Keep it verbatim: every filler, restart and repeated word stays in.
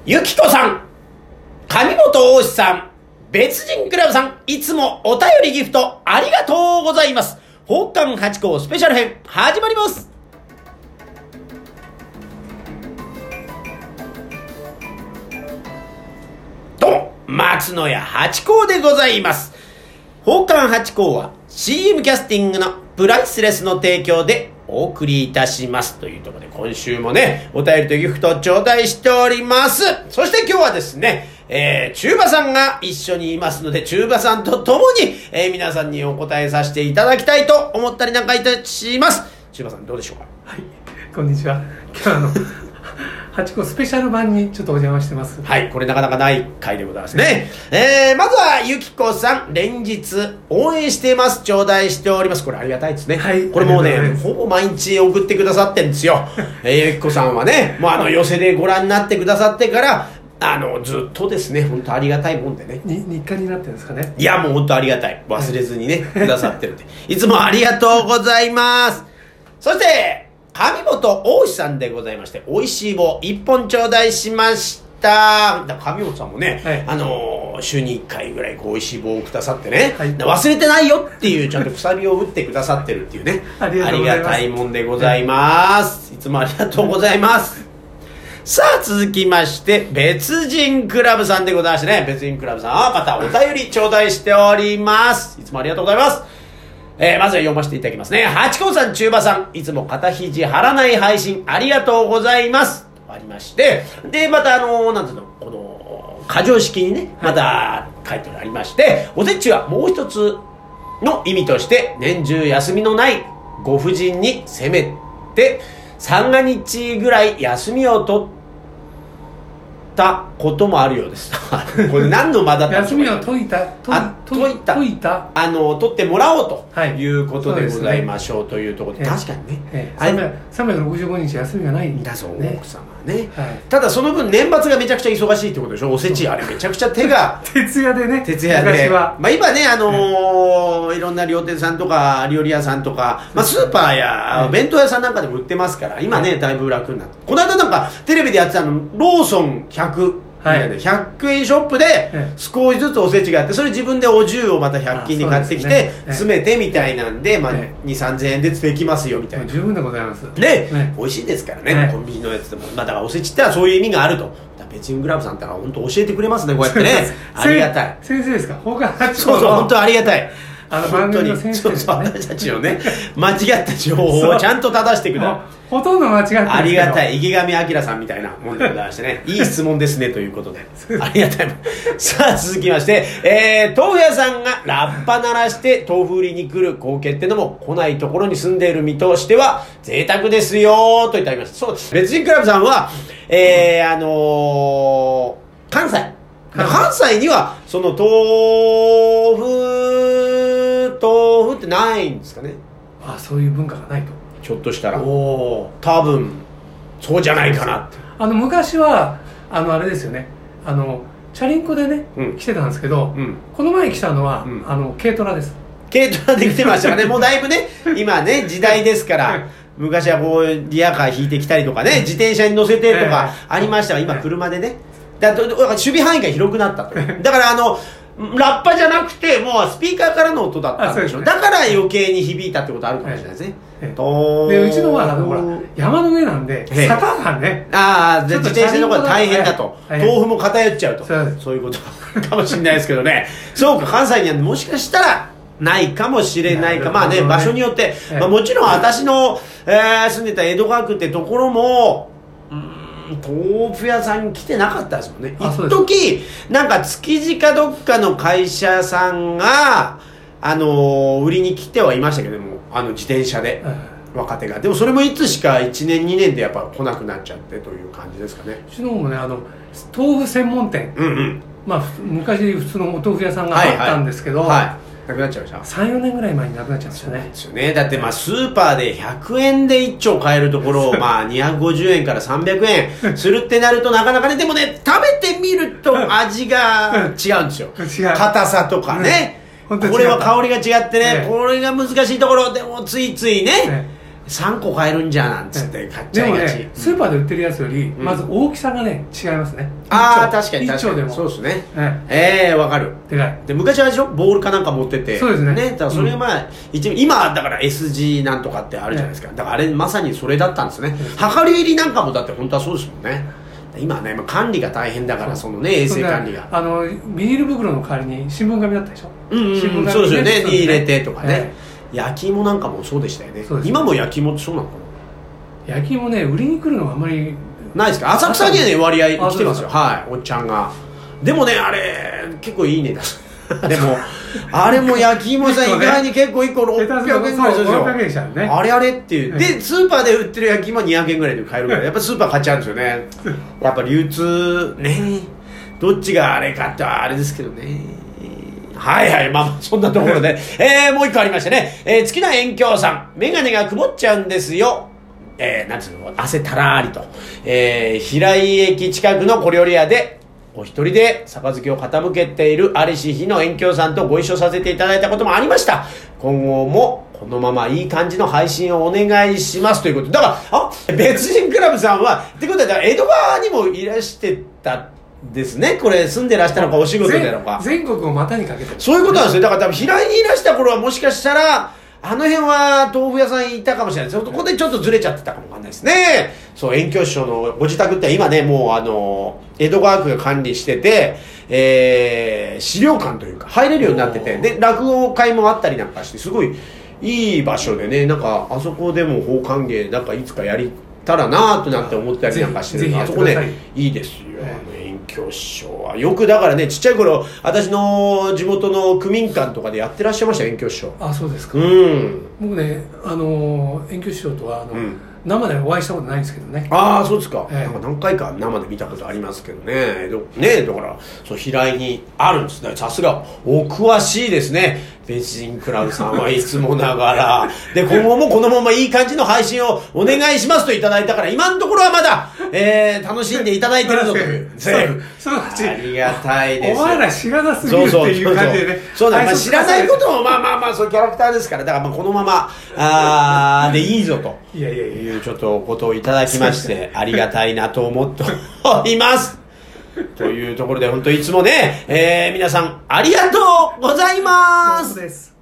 ゆきこさん、上本大志さん、別人クラブさん、いつもお便りギフトありがとうございます。宝冠八甲スペシャル編始まります。どうも松野屋八甲でございます。宝冠八甲は シーエム キャスティングのプライスレスの提供でお送りいたしますというところで、今週もねお便りとギフトを頂戴しております。そして今日はですね、えー、中馬さんが一緒にいますので、中馬さんと共に、えー、皆さんにお答えさせていただきたいと思ったりなんかいたします。中馬さんどうでしょうか。 はい、こんにちは。今日はあの八甲スペシャル版にちょっとお邪魔してます。 はい、これなかなかない回でございますね。えー、まずはゆきこさん、連日応援しています。頂戴しております。これありがたいですね。 はい、 これもうねほぼ毎日送ってくださってるんですよ。えー、ゆきこさんはね、もうあの寄せでご覧になってくださってからあのずっとですね、本当ありがたいもんでね。 に日課になってるんですかね。 いやもう本当ありがたい。忘れずにね、くださってるんでいつもありがとうございます。そして上本大志さんでございまして、おいしい棒一本頂戴しました。上本さんもね、はい、あのー、週にいっかいぐらいおいしい棒をくださってね、はい、忘れてないよっていうちゃんとくさびを打ってくださってるっていうねありがたいもんでございます。いつもありがとうございます。さあ続きまして別人クラブさんでございましてね、別人クラブさんはまたお便り頂戴しております。いつもありがとうございます。えー、まずは読ませていただきますね。八甲さん、中馬さん、いつも肩肘張らない配信ありがとうございます。ありまして、で、またあのー、なんていうの、この、過剰式にね、また書いてありまして、おせちはもう一つの意味として、年中休みのないご婦人にせめて、三が日ぐらい休みを取ったこともあるようですこれ何の間だったんですか。 休みを解いた解いた解いたあの取ってもらおうと、 はい、 いうことでございましょうというところで、確かにね、 ええ、さんびゃくろくじゅうごにち休みがないんだそう、ね、奥様はね、はい、ただその分年末がめちゃくちゃ忙しいってことでしょ。おせちあれめちゃくちゃ手が徹夜でね、 徹夜で、まあ、今ね、あのー、いろんな料亭さんとか料理屋さんとか、まあ、スーパーや弁当屋さんなんかでも売ってますから今ねだいぶ楽になって、この間なんかテレビでやってたのローソンひゃくはい、ひゃくえんショップで少しずつおせちがあって、それ自分でお重をまたひゃく均に買ってきて詰めてみたいなんで、まあ、にせんさんぜんえんでできますよみたいな。 十分でございますね、ね、美味しいですからね、ね、コンビニのやつでも、まあ、だからおせちってのはそういう意味があると。別人クラブさんってのは本当教えてくれますね、こうやってねありがたい。 先生ですか。他はそうそう、本当ありがたい。 あの番組の先生ですね、 そうそう、私たちのね間違った情報をちゃんと正してください。 ほとんど間違ってる。 ありがたい。池上彰さんみたいなもんでございましてねいい質問ですねということでありがたいさあ続きまして、えー、豆腐屋さんがラッパ鳴らして豆腐売りに来る光景ってのも来ないところに住んでいる身としては贅沢ですよといただきました。そうです。別人クラブさんはえー、あのー、関西関西にはその豆腐豆腐ってないんですかね。 あ、そういう文化がないと。 ちょっとしたらお多分そうじゃないかなって。 あの昔はあのあれですよね、あのチャリンコでね、うん、来てたんですけど、うん、この前来たのは、うん、あの軽トラです。 軽トラで来てましたからねもうだいぶね今ね時代ですから昔はこうリアカー引いてきたりとかね自転車に乗せてとかありましたが、今車でねだから守備範囲が広くなったとだからあのラッパじゃなくてもうスピーカーからの音だったんでしょう、ね、だから余計に響いたってことあるかもしれないですね、はいはい、 でうちのはあのほら山の上なんで坂がね、 ああ自転車の方が大変だと、はい、豆腐も偏っちゃうと、そう、そういうことかもしれないですけどねそうか、関西にはもしかしたらないかもしれないか、まあね場所によって、はい、まあ、もちろん私の、えー、住んでた江戸川区ってところも豆腐屋さんに来てなかったですもんね。一時なんか築地かどっかの会社さんがあのー、売りに来てはいましたけども、あの自転車で、うん、若手がでもそれもいつしかいちねんにねんでやっぱ来なくなっちゃってという感じですかね。 うちのもね、あの豆腐専門店、うんうん、まあ昔普通のお豆腐屋さんがあったんですけど、はいはいはい、 なくなっちゃいました。 さんよねんぐらい前になくなっちゃいましたね。そうですよね。だってまあスーパーでひゃくえんでいっ丁買えるところをまあにひゃくごじゅうえんからさんびゃくえんするってなるとなかなかね、でもね食べてみると味が違うんですよ。違う。硬さとかね、うん、これは香りが違ってね、ね、これが難しいところでもついついね、ね、 さんこ買えるんじゃなんつって買っちゃいがち、 でもねスーパーで売ってるやつより、うん、まず大きさがね違いますね。 ああ確かに確かにでもそうですね、 はい、 ええー、わかる。 でかい。 で昔はでしょボールかなんか持っててそうですね。 ねだからそれがまあ、うん、一今だから エスジー なんとかってあるじゃないですか、ね、だからあれまさにそれだったんですね。量り売りなんかもだって本当はそうですもんね。今はね管理が大変だからそのね衛生管理があのビニール袋の代わりに新聞紙だったでしょ。 うん、うん、 新聞紙、ね、 そうですよねに入れてとかね、 はい焼き芋なんかもそうでしたよね。今も焼き芋ってそうなのかな。焼き芋ね売りに来るのがあんまりないですか。浅草にはね割合来てますよ。はいおっちゃんが。でもねあれ結構いい値段でもあれも焼き芋さん意外に結構いっころっぴゃくえんぐらいするんですよ、ね、あれあれっていうでスーパーで売ってる焼き芋はにひゃくえんぐらいで買えるからやっぱスーパー買っちゃうんですよね。やっぱ流通ねどっちがあれかってあれですけどね。はいはいまあそんなところでえー、もう一個ありましてね、えー、月な遠鏡さんメガネが曇っちゃうんですよ。えー、なんつうの汗たらーりと、えー、平井駅近くの小料理屋でお一人で杯を傾けているありし日の遠鏡さんとご一緒させていただいたこともありました。今後もこのままいい感じの配信をお願いしますということでだからあ別人クラブさんはってことは江戸川にもいらしてたですね。これ住んでらしたのかお仕事でのか全国を股にかけてそういうことなんですよ。だから多分平井にいらした頃はもしかしたらあの辺は豆腐屋さんいたかもしれないです。ここでちょっとずれちゃってたかもわかんないですね。そう遠鏡師匠のご自宅って今ねもうあの江戸川区が管理してて、えー、資料館というか入れるようになっててで落語会もあったりなんかしてすごいいい場所でねなんかあそこでも法歓迎なんかいつかやりたらなとなって思ったりなんかしてるあそこねいいですよ、えー、あの遠鏡師匠はよくだからねちっちゃい頃私の地元の区民館とかでやってらっしゃいました遠鏡師匠。 あそうですか。 うん僕ねあの遠鏡師匠とはあの、うん生でお会いしたことないんですけどね。 ああそうですか、 ええ、 なんか何回か生で見たことありますけどねねだからそう平井にあるんですね。さすがお詳しいですね別人クラブさんはいつもながらで今後もこのままいい感じの配信をお願いしますといただいたから今のところはまだ、えー、楽しんでいただいてるぞというそうありがたいです。 お前ら知らなすぎるっていう感じでねそうだ、まあ、知らないこともまあまあまあそういうキャラクターですからだからまあこのままあでいいぞといやいやいやいうちょっとことをいただきましてありがたいなと思っておりますというところで本当いつもね、えー、皆さんありがとうございます。 そうです。